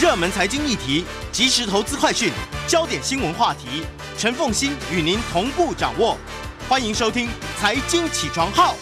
热门财经议题、即时投资快讯、焦点新闻话题，陈凤馨与您同步掌握。欢迎收听《财经起床号》。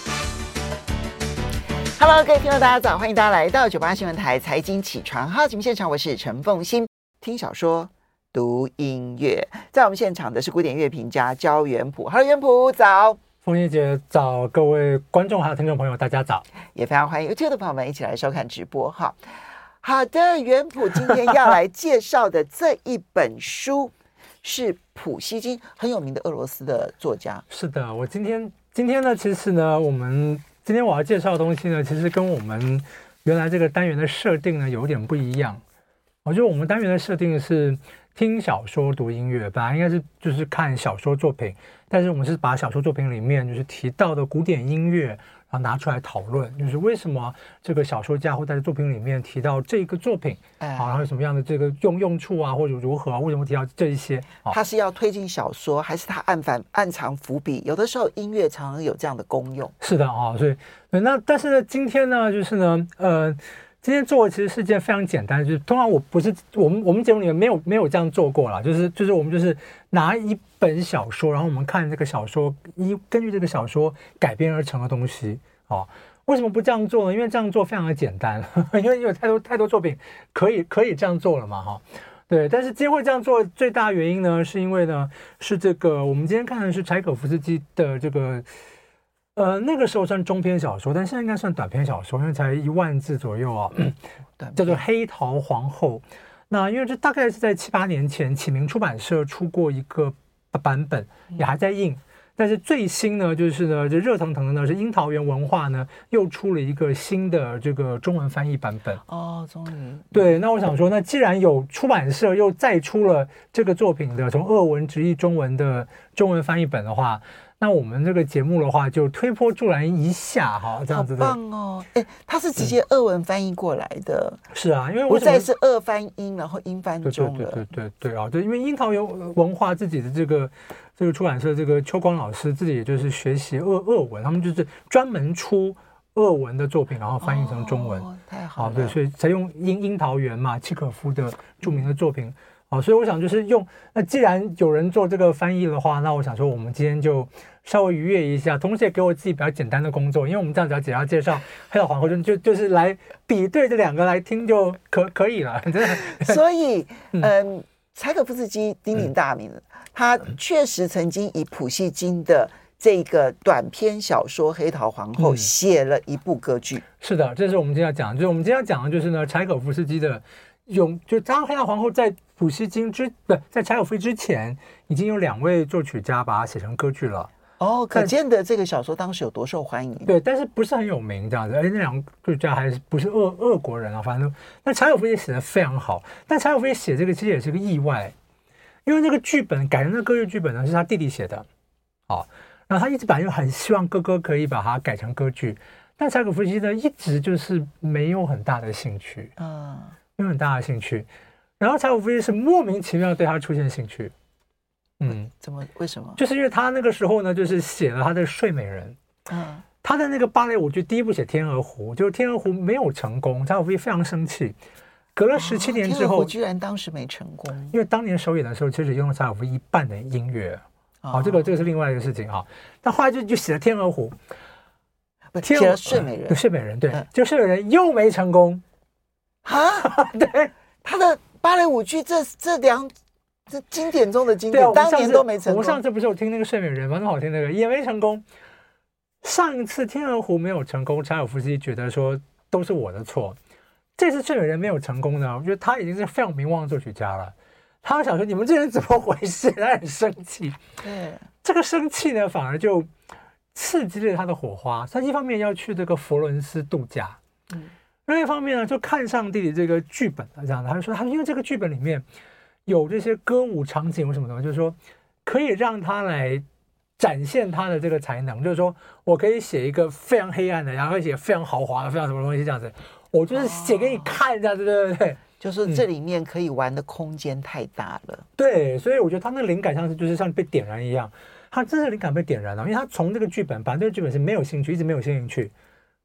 Hello， 各位听众大家早，欢迎大家来到98新闻台财经起床号节目现场，我是陈凤馨。听小说，读音乐，在我们现场的是古典乐评家焦元溥。Hello， 元溥早。 凤馨姐早，各位观众还有听众朋友，大家早， 也非常欢迎 YouTube 的朋友们一起来收看直播哈。好的，元溥今天要来介绍的这一本书是普希金，很有名的俄罗斯的作家。 是的，我今天呢，其实呢，今天我要介绍的东西呢，其实跟我们原来这个单元的设定呢有点不一样。我觉得我们单元的设定是听小说读音乐，本来应该是就是看小说作品，但是我们是把小说作品里面就是提到的古典音乐，然后拿出来讨论，就是为什么这个小说家会在作品里面提到这个作品，然后有什么样的这个用处啊，或者如何啊，为什么提到这一些？ 他是要推进小说，还是他暗藏伏笔？有的时候音乐常常有这样的功用。 是的啊，所以那但是呢，今天呢，就是呢，今天做的其实是件非常简单，就是通常我们节目里面没有这样做过啦，就是我们就是拿一本小说，然后我们看这个小说，根据这个小说改编而成的东西哦。为什么不这样做呢？因为这样做非常的简单，因为有太多作品可以这样做了嘛哈。对，但是今天会这样做最大原因呢，是因为呢是这个我们今天看的是柴可夫斯基的这个。那个时候算中篇小说，但现在应该算短篇小说，因为才10000字左右啊，叫做《黑桃皇后》。那因为这大概是在7、8年前，启明出版社出过一个版本，也还在印。但是最新呢，就是呢，这热腾腾的呢是樱桃园文化呢又出了一个新的这个中文翻译版本。 哦，终于。对， 那我想说，那既然有出版社又再出了这个作品的从俄文直译中文的中文翻译本的话，那我们这个节目的话，就推波助澜一下哈，这样子的。 好棒哦！它是直接俄文翻译过来的。 是啊，因为不再是俄翻英，然后英翻中了。 对啊，对，因为樱桃园文化自己的这个出版社，这个邱光老师自己也就是学习俄文，他们就是专门出俄文的作品，然后翻译成中文。 太好了。 对，所以才用樱桃园嘛，契可夫的著名的作品。所以我想就是那既然有人做这个翻译的话，那我想说我们今天就稍微愉悦一下，同时也给我自己比较简单的工作，因为我们这样只要介绍黑桃皇后就是来比对这两个来听就可以了，真的。 所以柴可夫斯基鼎鼎大名，他确实曾经以普希金的这个短篇小说《黑桃皇后》写了一部歌剧。是的，这是我们今天要讲的，就是我们今天要讲的就是呢柴可夫斯基的就当黑桃皇后在普希金在柴可夫斯基之前，已经有2位作曲家把它写成歌剧了。 可见的这个小说当时有多受欢迎。 对，但是不是很有名这样子。那2个作曲家还是不是俄国人啊？反正那柴可夫斯基写得非常好，但柴可夫斯基写这个其实也是个意外，因为那个剧本改成的歌剧剧本呢是他弟弟写的，然后他一直本来就很希望哥哥可以把它改成歌剧，但柴可夫斯基呢一直就是没有很大的兴趣，没有很大的兴趣。然后柴可夫斯基是莫名其妙对他出现兴趣。 为什么？ 就是因为他那个时候呢，就是写了他的《睡美人》。他的那个芭蕾舞剧第一部写《天鹅湖》，就是《天鹅湖》没有成功，柴可夫斯基非常生气。隔了17年之后， 天鹅湖居然当时没成功， 因为当年首演的时候，其实用了柴可夫斯基一半的音乐。这个是另外一个事情哈。但后来就写了《天鹅湖》， 写了《睡美人》， 睡美人对，就《睡美人》又没成功对， 他的芭蕾舞剧这经典中的经典，当年都没成功。 我们上次不是有听那个《睡美人》蛮好听，那个也没成功。上一次《天鹅湖》没有成功，柴可夫斯基觉得说都是我的错。这次《睡美人》没有成功呢，我觉得他已经是非常名望的作曲家了。他想说你们这人怎么回事？他很生气。这个生气呢，反而就刺激了他的火花。他一方面要去这个佛罗伦斯度假，另一方面呢，就看上弟弟这个剧本了。这样的，他说因为这个剧本里面有这些歌舞场景，有什么的，就是说可以让他来展现他的这个才能。就是说我可以写一个非常黑暗的，然后写非常豪华的，非常什么东西这样子，我就是写给你看，这样子，对不对？ 就是这里面可以玩的空间太大了。 对，所以我觉得他那个灵感就是像被点燃一样，他真的灵感被点燃了，因为他从这个剧本，反正这个剧本是没有兴趣，一直没有兴趣。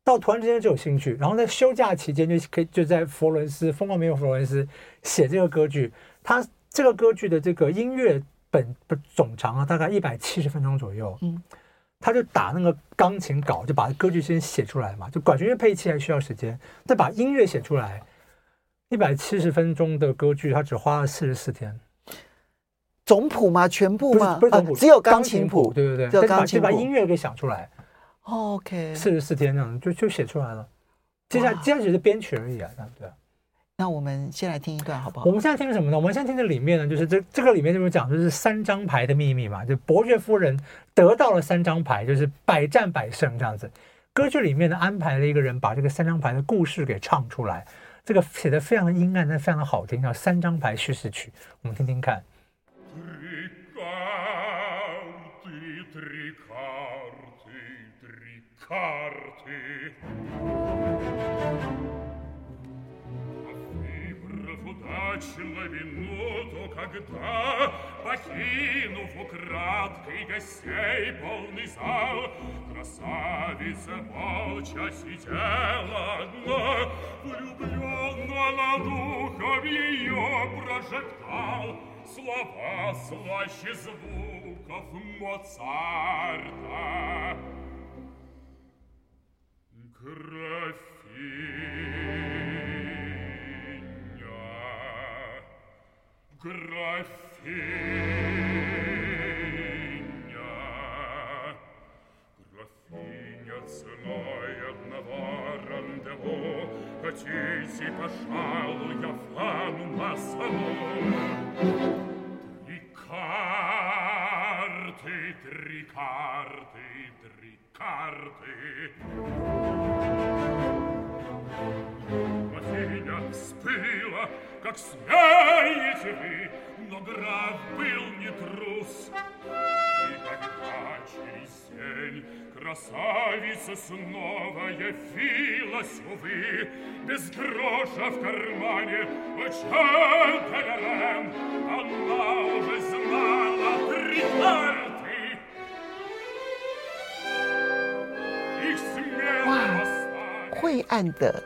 到突然之间就有兴趣，然后在休假期间就在佛罗伦斯疯狂没有佛罗伦斯写这个歌剧。他这个歌剧的这个音乐总长啊，大概170分钟左右。他就打那个钢琴稿，就把歌剧先写出来嘛，就管弦乐配器还需要时间，再把音乐写出来。170分钟的歌剧，他只花了44天。 总谱吗？全部吗？ 不是总谱， 只有钢琴谱。 对对对， 只有钢琴谱， 就把音乐给想出来。 OK， 44天这样就写出来了。接下来只是编曲而已啊，对。 那我们先来听一段好不好？ 我们现在听什么呢？我们现在听的里面呢，就是这个里面就是讲，就是3张牌的秘密嘛，就伯爵夫人得到了3张牌，就是百战百胜这样子。歌剧里面呢安排了一个人把这个3张牌的故事给唱出来，这个写得非常的阴暗，但非常的好听，叫3张牌叙事曲。我们听听看。 Удачила минуту, когда, покинув украдкой гостей полный зал, красавица молча сидела одна, влюбленно над ухом ее прожектал слова слаще звуков Моцарта. Графиня ценой одного рандеву хотите, пожалуй, я фану назову. 3 карты, 3 карты, 3 карты. Графиня вспылила, как смеете вы, но граф был не трус. И когда через день красавица снова явилась, увы, без гроша в кармане, Чан-тарарам, она уже знала 3 карты. Их смело поставить. 晦暗的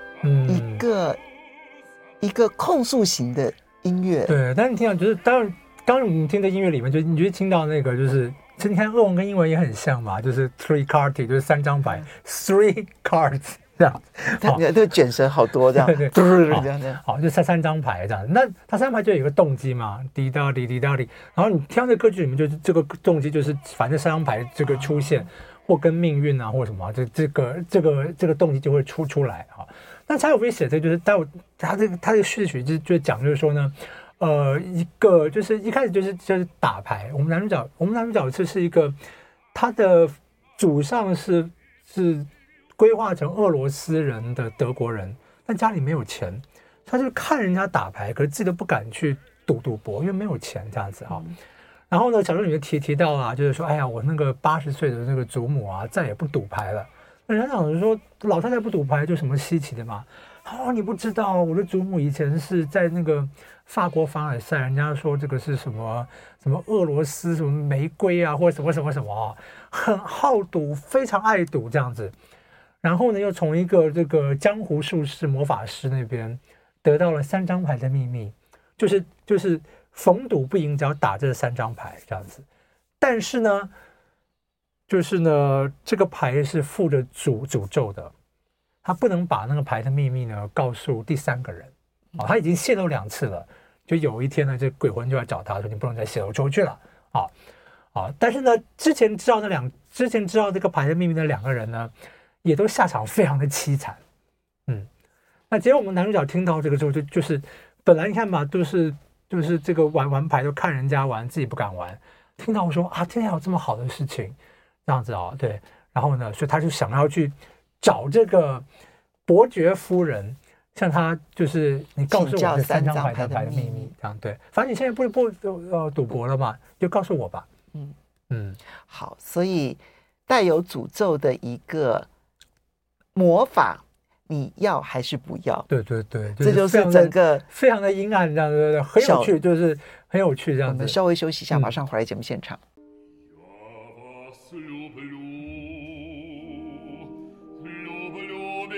一个控诉型的音乐。 对，但是你听到就是刚刚你听的音乐里面，你就听到那个就是你看俄文跟英文也很像嘛，就是 3 cards 就是3张牌，3 cards 这样， 这个卷舌好多这样， 对， 这样的， 好，就3张牌这样。那它3牌就有一个动机嘛，滴答滴滴答滴，然后你听到这歌剧里面就是这个动机就是反正3张牌这个出现，或跟命运啊或什么，这个动机就会出来啊。那柴可夫斯基写这就是他这个叙事曲就讲就是说呢。一个就是一开始就是打牌，我们男主角是一个，他的祖上是规划成俄罗斯人的德国人，但家里没有钱，他就看人家打牌，可是自己都不敢去赌博，因为没有钱这样子哈。然后呢，小说里面提到啊，就是说，哎呀，我那个80岁的那个祖母啊，再也不赌牌了。那人家讲说，老太太不赌牌就什么稀奇的嘛？哦，你不知道，我的祖母以前是在那个法国凡尔赛，人家说这个是什么俄罗斯什么玫瑰啊，或者什么啊，很好赌，非常爱赌这样子。然后呢，又从一个这个江湖术士魔法师那边得到了3张牌的秘密，就是逢赌不赢，只要打这3张牌这样子。但是呢，就是呢，这个牌是附着诅咒的。他不能把那个牌的秘密呢告诉第3个人，他已经泄露2次了。就有一天呢，这鬼魂就来找他说：“你不能再泄露出去了。”但是呢，之前知道这个牌的秘密的2个人呢，也都下场非常的凄惨。那结果我们男主角听到这个之后，就是本来你看吧，就是这个玩牌都看人家玩，自己不敢玩。听到我说啊，天下有这么好的事情，这样子对。然后呢，所以他就想要去找这个伯爵夫人，向他就是你告诉我这3张牌的秘密，这样对。反正你现在不赌博了嘛，就告诉我吧。 好，所以带有诅咒的一个魔法，你要还是不要？ 对， 这就是整个非常的阴暗，这样对，很有趣，就是很有趣这样子。 我们稍微休息一下，马上回来节目现场。 Люблю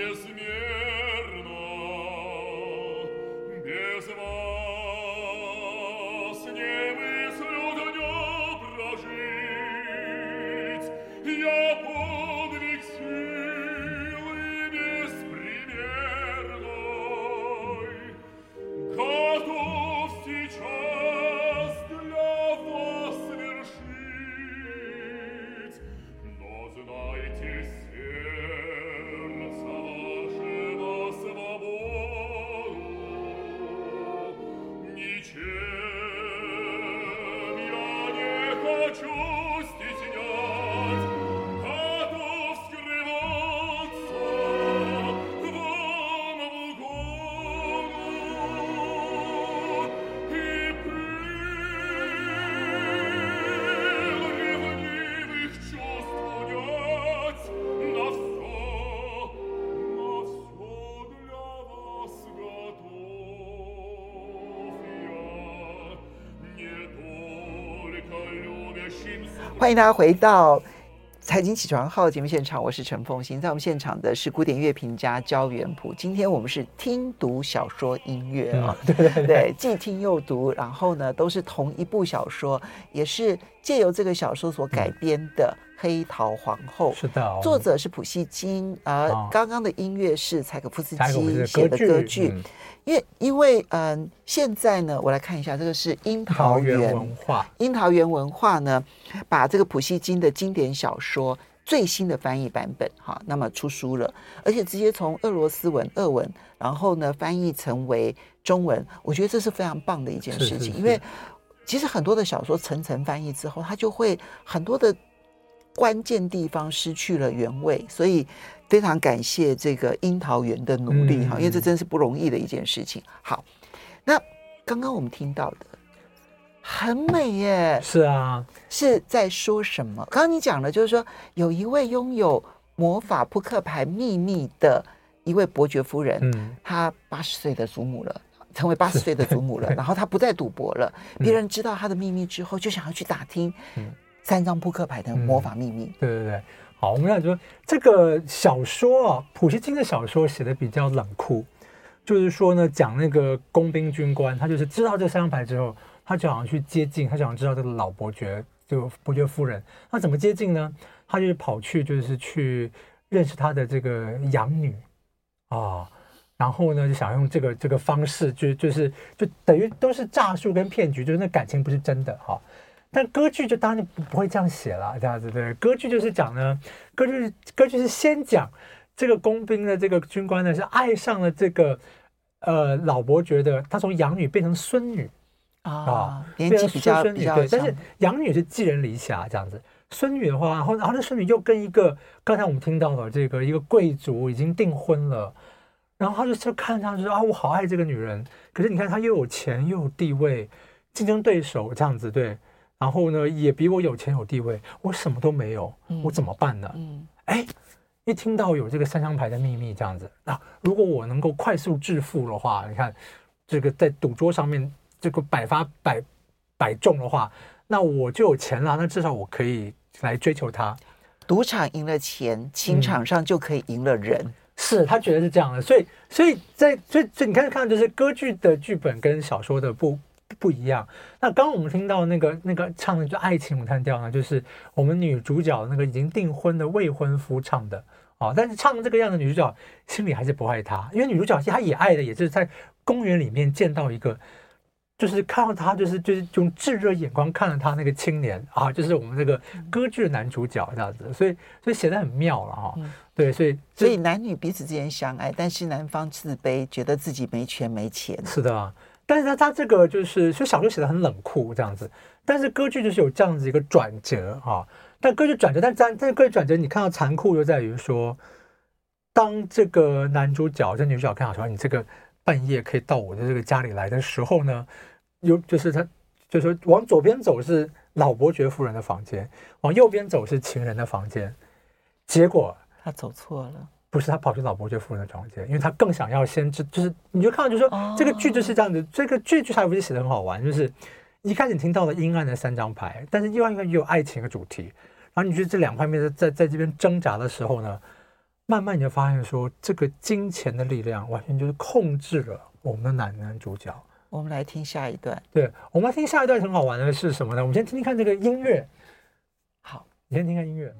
欢迎大家回到财经起床号节目现场，我是陈凤馨。在我们现场的是古典乐评家焦元溥。今天我们是听读小说音乐啊，对，既听又读，然后呢都是同一部小说，也是借由这个小说所改编的《黑桃皇后》。 是的， 作者是普希金，刚刚的音乐是柴可夫斯基写的歌剧。因为现在呢，我来看一下，这个是樱桃园文化。樱桃园文化呢，把这个普希金的经典小说最新的翻译版本哈，那么出书了，而且直接从俄罗斯文、俄文，然后呢翻译成为中文。我觉得这是非常棒的一件事情，因为其实很多的小说层层翻译之后，它就会很多的关键地方失去了原味，所以非常感谢这个樱桃园的努力哈，因为这真是不容易的一件事情。好，那刚刚我们听到的很美耶， 是啊， 是在说什么？刚刚你讲了，就是说有一位拥有魔法扑克牌秘密的一位伯爵夫人，她80岁的祖母了。成为80岁的祖母了，然后她不再赌博了。别人知道她的秘密之后，就想要去打听3张扑克牌的魔法秘密。 对对对，好，我们想说这个小说啊，普希金的小说写的比较冷酷，就是说呢，讲那个工兵军官，他就是知道这3张牌之后，他就想去接近，他想知道这个老伯爵，这个伯爵夫人，那怎么接近呢？他就是跑去，就是去认识他的这个养女啊。然后呢，就想用这个方式，就等于都是诈术跟骗局，就是那感情不是真的哈。但歌剧就当然不会这样写了，这样子对。歌剧就是讲呢，歌剧是先讲这个工兵的这个军官呢是爱上了这个老伯爵的，他从养女变成孙女啊， 年纪比较对，但是养女是寄人篱下这样子。孙女的话，然后那孙女又跟一个刚才我们听到的这个一个贵族已经订婚了。然后他就看上去说啊，我好爱这个女人，可是你看她又有钱又有地位，竞争对手这样子对，然后呢也比我有钱有地位，我什么都没有，我怎么办呢？一听到有这个3张牌的秘密这样子，那如果我能够快速致富的话，你看这个在赌桌上面这个百中的话，那我就有钱了，那至少我可以来追求她。 赌场赢了钱，情场上就可以赢了人。 是他觉得是这样的，所以你看，就是歌剧的剧本跟小说的不一样。那刚刚我们听到那个唱的就爱情咏叹调呢，就是我们女主角那个已经订婚的未婚夫唱的啊，但是唱这个样的女主角心里还是不爱他，因为女主角她也爱的也是在公园里面见到一个。就是看到他，就是用炙热眼光看了他那个青年啊，就是我们这个歌剧的男主角这样子，所以写得很妙了哈。对，所以男女彼此之间相爱，但是男方自卑，觉得自己没权没钱。 是的，但是他这个就是所以小说写得很冷酷这样子，但是歌剧就是有这样子一个转折哈。但歌剧转折，但歌剧转折，你看到残酷就在于说，当这个男主角这女主角看到说你这个半夜可以到我的这个家里来的时候呢。就是他，就是说往左边走是老伯爵夫人的房间，往右边走是情人的房间。结果他走错了， 不是他跑去老伯爵夫人的房间，因为他更想要先知，就是你就看到就说、这个剧就是这样子，这个剧才不是写得很好玩，就是一开始你听到了阴暗的3张牌，但是另外一个也有爱情的主题，然后你觉得这2方面在这边挣扎的时候呢， 慢慢你就发现说，这个金钱的力量完全就是控制了我们的男主角。 我们来听下一段。 对，我们来听下一段很好玩的是什么呢？我们先听听看这个音乐。 好， 你先听看音乐。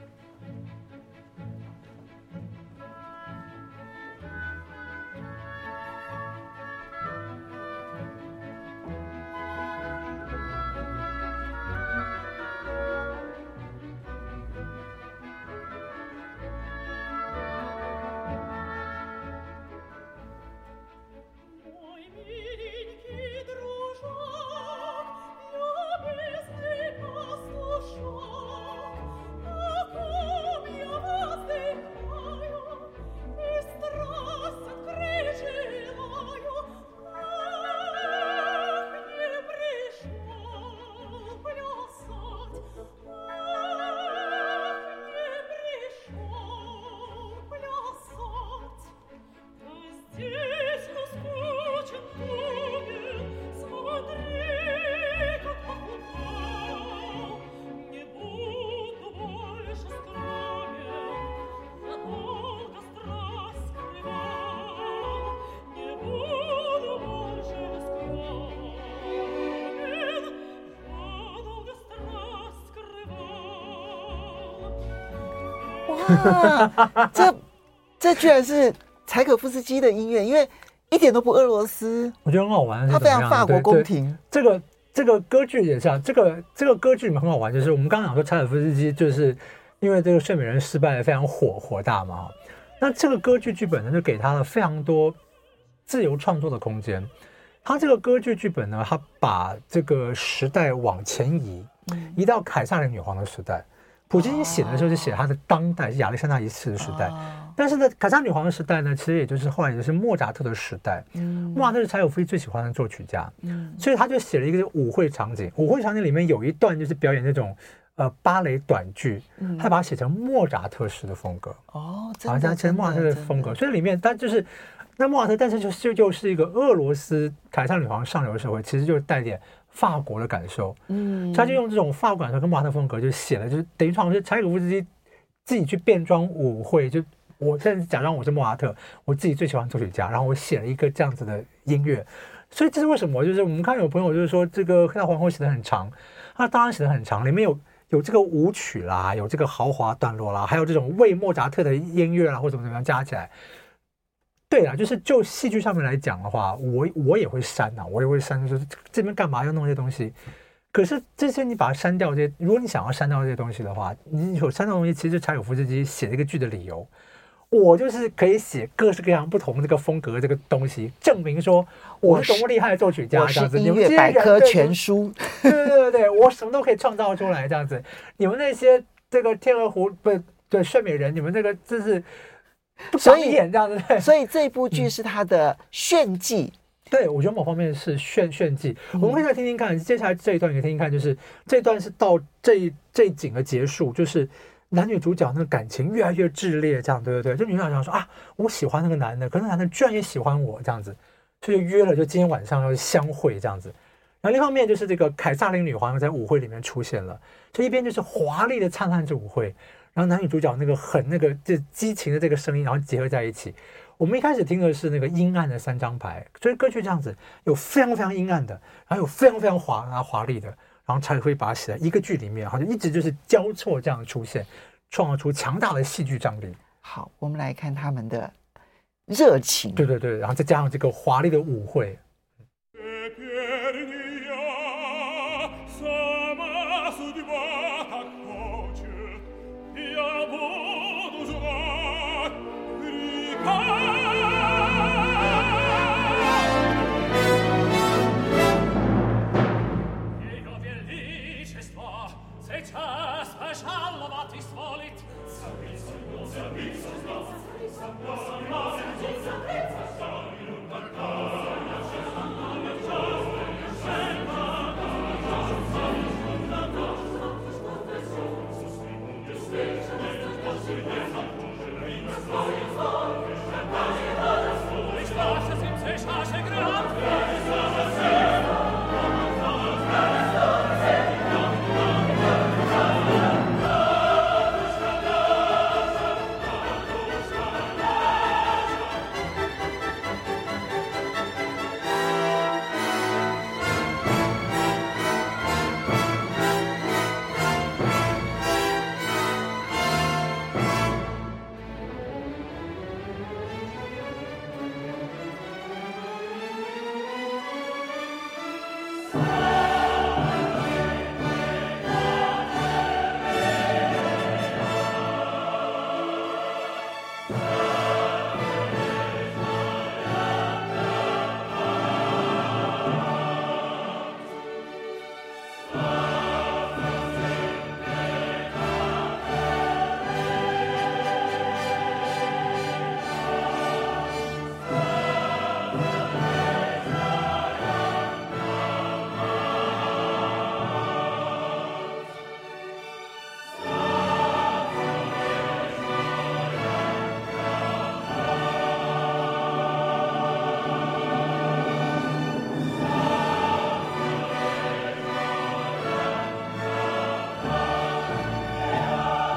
哇，这居然是柴可夫斯基的音乐，因为一点都不俄罗斯， 我觉得很好玩。 它非常法国宫廷。 这个歌剧也是啊，这个歌剧很好玩，就是我们刚刚讲说柴可夫斯基就是因为这个睡美人失败了非常火大嘛，那这个歌剧剧本呢就给他了非常多自由创作的空间。他这个歌剧剧本呢，他把这个时代往前移到凯撒琳女皇的时代。普希金写的时候是写他的当代，是亚历山大一世的时代，但是呢，凯撒女皇的时代呢，其实也就是后来也就是莫扎特的时代。莫扎特是柴可夫斯基最喜欢的作曲家，所以他就写了一个舞会场景。舞会场景里面有一段就是表演那种芭蕾短剧，他把它写成莫扎特式的风格。好像写成莫扎特的风格，所以里面他就是那莫扎特，但是就是一个俄罗斯凯撒女皇上流社会，其实就带点法国的感受，他就用这种法国感受跟莫扎特风格就写了，就是等于好像是柴可夫斯基自己去变装舞会，就我现在假装我是莫扎特，我自己最喜欢作曲家，然后我写了一个这样子的音乐，所以这是为什么？就是我们看有朋友就是说这个黑道皇后写的很长，他当然写的很长，里面有这个舞曲啦，有这个豪华段落啦，还有这种为莫扎特的音乐啦，或怎么样加起来。对啦，就是就戏剧上面来讲的话，我也会删啊，我也会删，就是这边干嘛要弄这些东西？可是这些你把它删掉，如果你想要删掉这些东西的话，你有删掉东西，其实柴可夫斯基写这个剧的理由，我就是可以写各式各样不同这个风格这个东西，证明说我是多么厉害的作曲家，这样子。 音乐百科全书， 对，我什么都可以创造出来，这样子。你们那些这个天鹅湖不对睡美人，你们这个真是。 所以这样子， 所以这部剧是他的炫技。 对，我觉得某方面是炫技。我们可以再听听看，接下来这一段也听听看，就是这一段是到这一景的结束，就是男女主角那个感情越来越炽烈，这样对。就女主角想说啊，我喜欢那个男的，可是那男的居然也喜欢我，这样子，所以就约了，就今天晚上要相会这样子。然后另一方面就是这个凯撒琳女皇在舞会里面出现了，就一边就是华丽的灿烂之舞会。然后男女主角那个这激情的这个声音，然后结合在一起。我们一开始听的是那个阴暗的3张牌，所以歌剧这样子有非常非常阴暗的，然后有非常非常华丽的，然后才会把它写在一个剧里面，好像一直就是交错这样出现，创造出强大的戏剧张力。 好，我们来看他们的热情。 对，然后再加上这个华丽的舞会。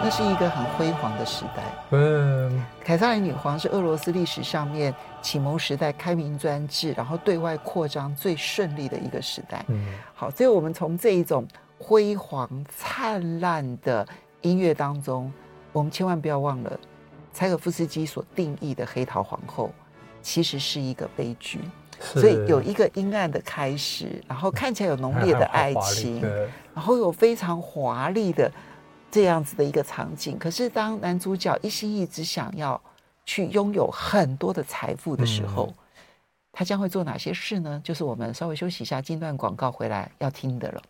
那是一个很辉煌的时代。凯撒琳女皇是俄罗斯历史上面启蒙时代开明专制，然后对外扩张最顺利的一个时代。好，所以我们从这一种辉煌灿烂的音乐当中，我们千万不要忘了柴可夫斯基所定义的黑桃皇后其实是一个悲剧。所以有一个阴暗的开始，然后看起来有浓烈的爱情，然后有非常华丽的这样子的一个场景。可是当男主角一心一意只想要去拥有很多的财富的时候，他将会做哪些事呢？就是我们稍微休息一下，进段广告回来要听的了。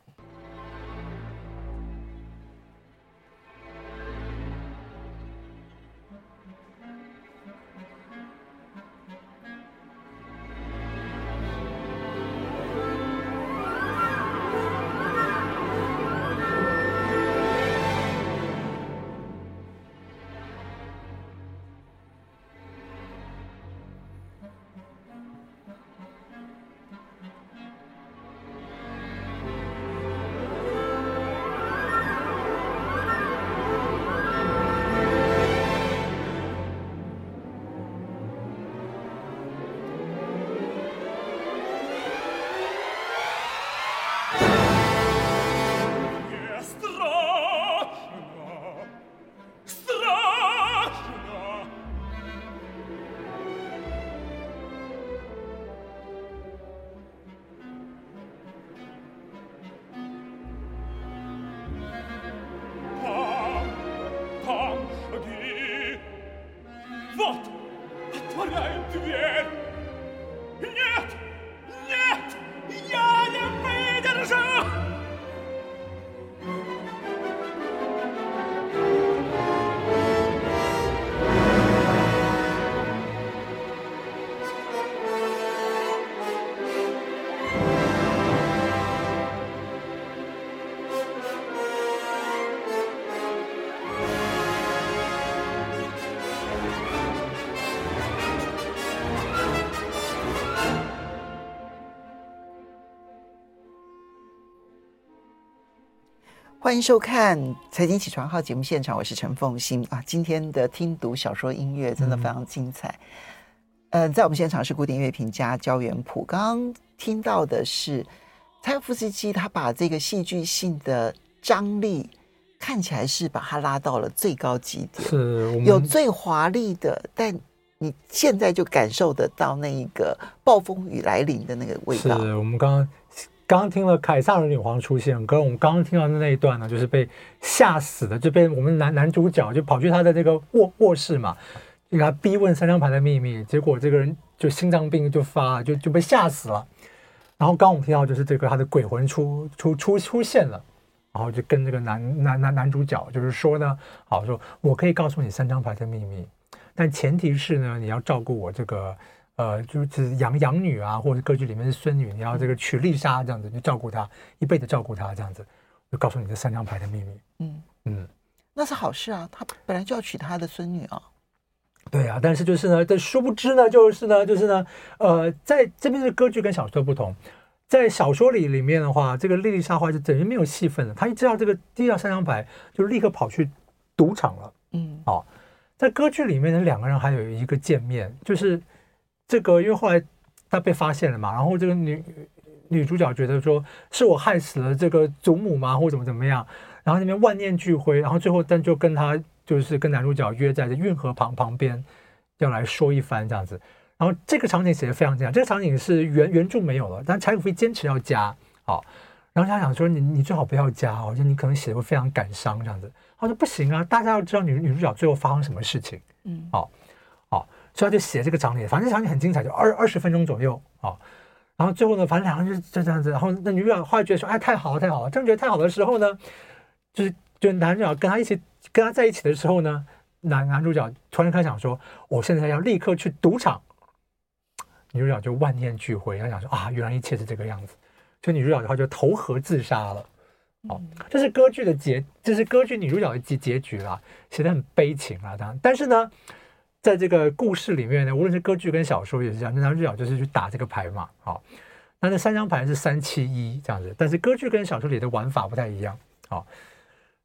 欢迎收看《财经起床号》节目现场，我是陈凤馨啊。今天的听读小说音乐真的非常精彩。在我们现场是古典乐评家焦元溥。刚刚听到的是柴可夫斯基，他把这个戏剧性的张力看起来是把它拉到了最高极点，是有最华丽的，但你现在就感受得到那一个暴风雨来临的那个味道。 是我们刚刚听了凯撒琳女皇出现，跟我们刚刚听到的那一段呢，就是被吓死的，就被我们男主角就跑去他的这个卧室嘛，就给他逼问3张牌的秘密，结果这个人就心脏病就发了，就被吓死了。然后刚我们听到就是这个他的鬼魂出现了，然后就跟这个男主角就是说呢，好，说我可以告诉你3张牌的秘密，但前提是呢，你要照顾我这个就是养女啊，或者歌剧里面是孙女，你要这个娶丽莎这样子，就照顾她一辈子，照顾她这样子，就告诉你这3张牌的秘密。 那是好事啊，他本来就要娶他的孙女啊。 对啊，但是就是呢，这殊不知呢，就是呢，在这边的歌剧跟小说不同，在小说里面的话，这个莉莉莎花就等于没有戏份了，她一知道这个第一到3张牌，就立刻跑去赌场了。在歌剧里面的2个人还有一个见面，就是这个，因为后来他被发现了嘛，然后这个女主角觉得说是我害死了这个祖母吗，或怎么样，然后那边万念俱灰，然后最后但就跟他就是跟男主角约在这运河旁边要来说一番这样子。然后这个场景写得非常精彩，这个场景是原著没有了，但柴可夫斯基坚持要加，然后他想说你最好不要加，我觉得你可能写得会非常感伤这样子。他说不行啊，大家要知道女主角最后发生什么事情。所以他就写这个场景，反正这场景很精彩，就20分钟左右然后最后呢，反正2个人就这样子，然后那女主角后来觉得说，哎，太好了，正觉得太好的时候呢，就男主角跟他在一起的时候呢，男主角突然开始想说，我现在要立刻去赌场。女主角就万念俱灰，她想说啊，原来一切是这个样子，所以女主角的话就投河自杀了。这是歌剧女主角的结局啦，写得很悲情啊，当然，但是呢。在这个故事里面呢，无论是歌剧跟小说也是这样，男主角就是去打这个牌嘛，那3张牌是371这样子，但是歌剧跟小说里的玩法不太一样，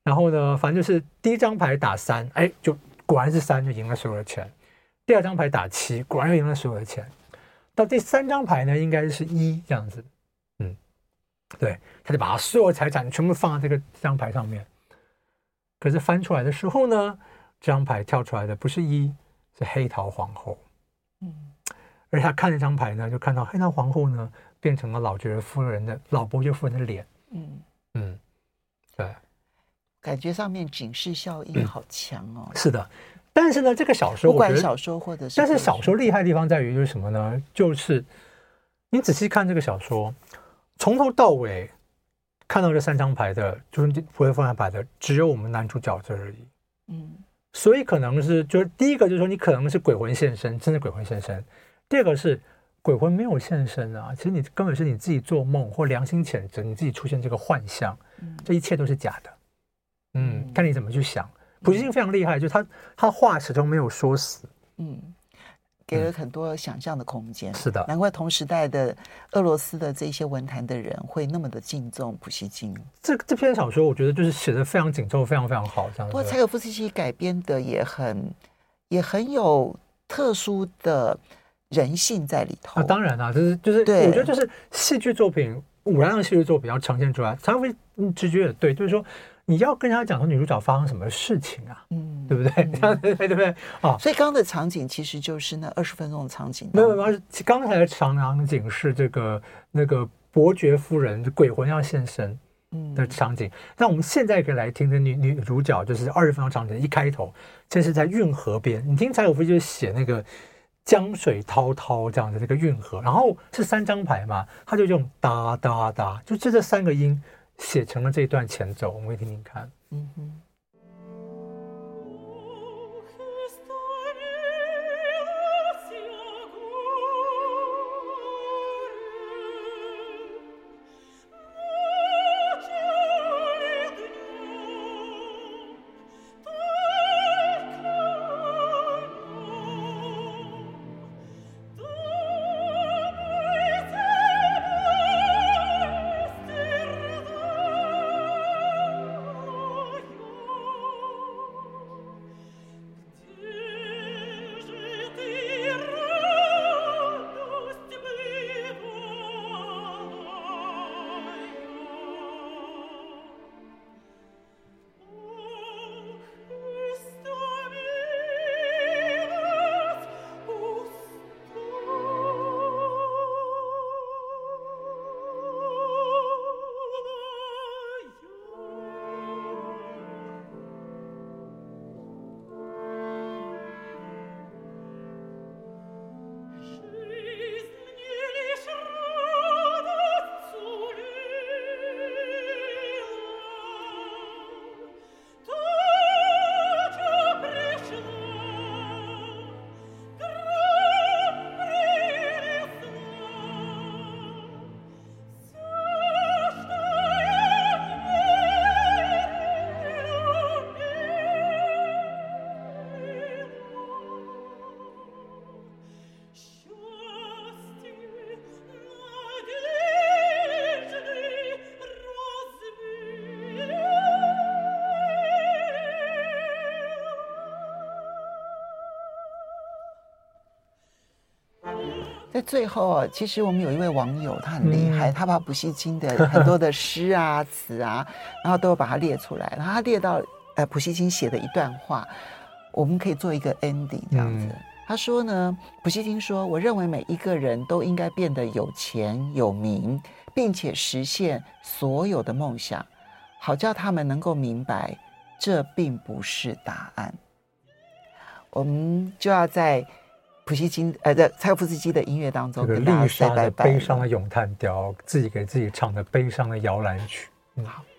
然后呢，反正就是第一张牌打3，哎，就果然是3，就赢了所有的钱。第二张牌打7，果然又赢了所有的钱。到第3张牌呢，应该是1这样子，对，他就把他所有财产全部放在这张牌上面。可是翻出来的时候呢，这张牌跳出来的不是1，是黑桃皇后。而他看这张牌呢，就看到黑桃皇后呢变成了老伯爵夫人的脸。对， 感觉上面警示效应好强哦。 是的，但是呢，这个小说不管小说或者是， 但是小说厉害的地方在于就是什么呢？就是你仔细看这个小说，从头到尾看到这3张牌的，就是不会放牌的，只有我们男主角这而已。所以可能是就是第一个就是说你可能是鬼魂现身，真的鬼魂现身。第二个是鬼魂没有现身啊，其实你根本是你自己做梦或良心谴责，你自己出现这个幻象，这一切都是假的。看你怎么去想。普希金非常厉害，就是他话始终没有说死。 给了很多想象的空间。 是的， 难怪同时代的俄罗斯的这些文坛的人会那么的敬重普希金。 这篇小说我觉得就是写得非常紧凑，非常非常好。这样子。不过柴可夫斯基改编的也很有特殊的人性在里头。 当然啦，就是我觉得就是戏剧作品，五郎的戏剧作品要呈现出来，柴可夫斯基直觉也对，就是说你要跟他讲说女主角发生什么事情啊，对不对？对不对啊？ 所以刚刚的场景其实就是那20分钟的场景。 没有，刚才的场景是那个伯爵夫人鬼魂要现身的场景。那我们现在可以来听的女主角就是20分钟场景一开头，这是在运河边。你听柴可夫斯基就写那个江水滔滔这样的这个运河，然后是3张牌嘛，他就用哒哒哒，就这3个音写成了这一段前奏，我们可以听听看。 在最后其实我们有一位网友，他很厉害，他把普希金的很多的诗啊、词啊，然后都把它列出来，然后他列到普希金写的一段话，我们可以做一个 ending 这样子。他说呢，普希金说：“我认为每一个人都应该变得有钱有名，并且实现所有的梦想，好叫他们能够明白，这并不是答案。”我们就要在普希金柴可夫斯基的音乐当中跟大家 say 拜拜。 悲伤的咏叹调，自己给自己唱的悲伤的摇篮曲。 好。